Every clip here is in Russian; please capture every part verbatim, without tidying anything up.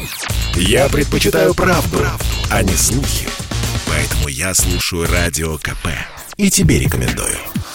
Я предпочитаю правду, правду, а не слухи. Поэтому я слушаю Радио КП. И тебе рекомендую.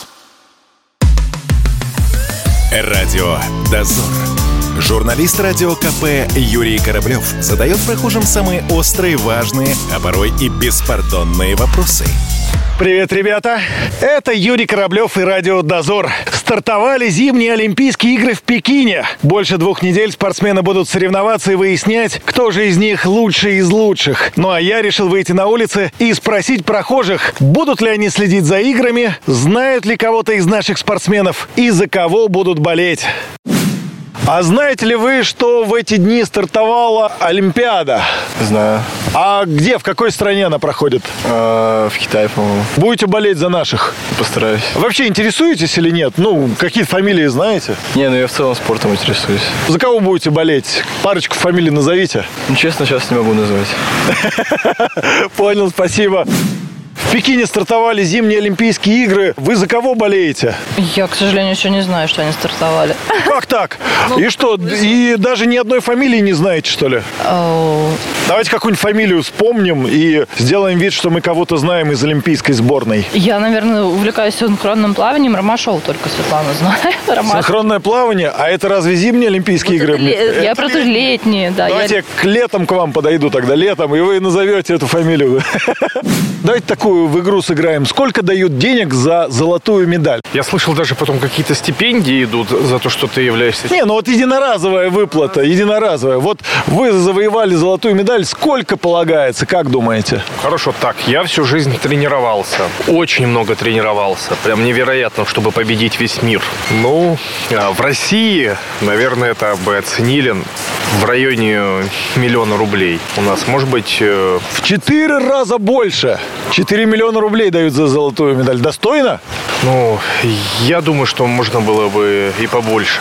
Радио «Дозор». Журналист Радио КП Юрий Кораблев задает прохожим самые острые, важные, а порой и беспардонные вопросы. Привет, ребята! Это Юрий Кораблев и Радио «Дозор». Стартовали зимние Олимпийские игры в Пекине. Больше двух недель спортсмены будут соревноваться и выяснять, кто же из них лучший из лучших. Ну а я решил выйти на улицы и спросить прохожих, будут ли они следить за играми, знают ли кого-то из наших спортсменов и за кого будут болеть. А знаете ли вы, что в эти дни стартовала Олимпиада? Знаю. А где, в какой стране она проходит? А, в Китае, по-моему. Будете болеть за наших? Постараюсь. Вообще интересуетесь или нет? Ну, какие-то фамилии знаете? Не, ну я в целом спортом интересуюсь. За кого будете болеть? Парочку фамилий назовите. Ну, честно, сейчас не могу назвать. Понял, спасибо. В Пекине стартовали зимние Олимпийские игры. Вы за кого болеете? Я, к сожалению, еще не знаю, что они стартовали. Как так? И что, и даже ни одной фамилии не знаете, что ли? Давайте какую-нибудь фамилию вспомним и сделаем вид, что мы кого-то знаем из олимпийской сборной. Я, наверное, увлекаюсь синхронным плаванием. Ромашову только Светлану знаю. Ромашова. Синхронное плавание? А это разве зимние Олимпийские вот игры? Это, я просто летние, да. Давайте я... я к летом к вам подойду тогда, летом, и вы назовете эту фамилию. Давайте такую в игру сыграем. Сколько дают денег за золотую медаль? Я слышал, даже потом какие-то стипендии идут за то, что ты являешься... Не, ну вот единоразовая выплата, единоразовая. Вот вы завоевали золотую медаль, сколько полагается, как думаете? Хорошо, так, я всю жизнь тренировался. Очень много тренировался. Прям невероятно, чтобы победить весь мир. Ну, в России, наверное, это бы оценили в районе миллиона рублей. У нас, может быть... В четыре раза больше. Четыре миллиона рублей дают за золотую медаль. Достойно? Ну, я думаю, что можно было бы и побольше.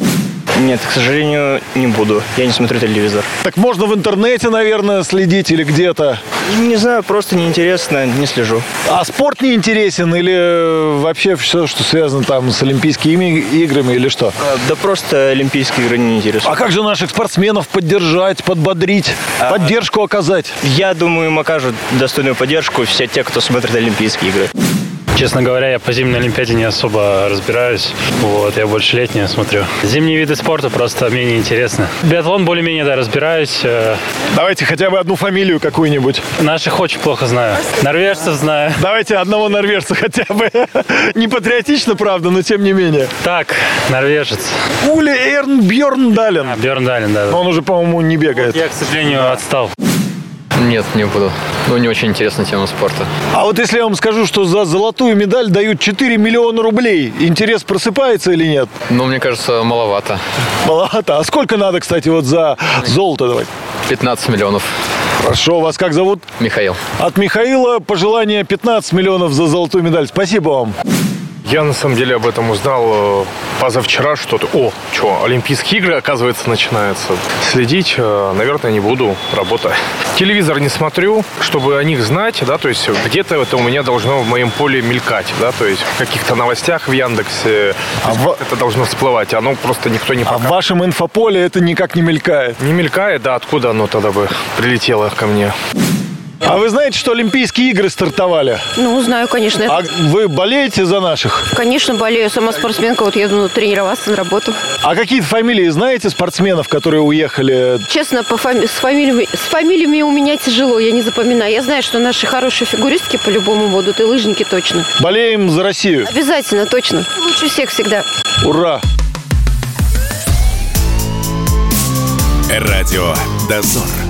Нет, к сожалению, не буду. Я не смотрю телевизор. Так можно в интернете, наверное, следить или где-то? Не знаю, просто неинтересно, не слежу. А спорт не интересен или вообще все, что связано там с Олимпийскими играми или что? А, да просто Олимпийские игры не интересуют. А как же наших спортсменов поддержать, подбодрить, а, поддержку оказать? Я думаю, им окажут достойную поддержку все те, кто смотрит Олимпийские игры. Честно говоря, я по зимней Олимпиаде не особо разбираюсь. Вот, я больше летнюю смотрю. Зимние виды спорта просто менее интересны. Биатлон более-менее, да, разбираюсь. Давайте хотя бы одну фамилию какую-нибудь. Наших очень плохо знаю. Норвежцев знаю. Давайте одного норвежца хотя бы. Не патриотично, правда, но тем не менее. Так, норвежец. Ули Эрн Бьерндален. А, Бьерндален, да. Но он уже, по-моему, не бегает. Вот я, к сожалению, отстал. Нет, не буду. Ну, не очень интересная тема спорта. А вот если я вам скажу, что за золотую медаль дают четыре миллиона рублей, интерес просыпается или нет? Ну, мне кажется, маловато. Маловато. А сколько надо, кстати, вот за золото давать? пятнадцать миллионов. Хорошо. Вас как зовут? Михаил. От Михаила пожелание пятнадцать миллионов за золотую медаль. Спасибо вам. Я, на самом деле, об этом узнал позавчера что-то. О, что, Олимпийские игры, оказывается, начинаются. Следить, наверное, не буду. Работа. Телевизор не смотрю, чтобы о них знать, да, то есть где-то это у меня должно в моем поле мелькать, да, то есть в каких-то новостях в Яндексе а в... это должно всплывать, оно просто никто не показывает. А в вашем инфополе это никак не мелькает? Не мелькает, да, откуда оно тогда бы прилетело ко мне? А вы знаете, что Олимпийские игры стартовали? Ну, знаю, конечно. А вы болеете за наших? Конечно, болею. Сама спортсменка, вот еду тренироваться на работу. А какие-то фамилии знаете спортсменов, которые уехали? Честно, по фами... с, фамилиями... с фамилиями у меня тяжело, я не запоминаю. Я знаю, что наши хорошие фигуристки по-любому будут, и лыжники точно. Болеем за Россию? Обязательно, точно. Лучше всех всегда. Ура! Радио «Дозор».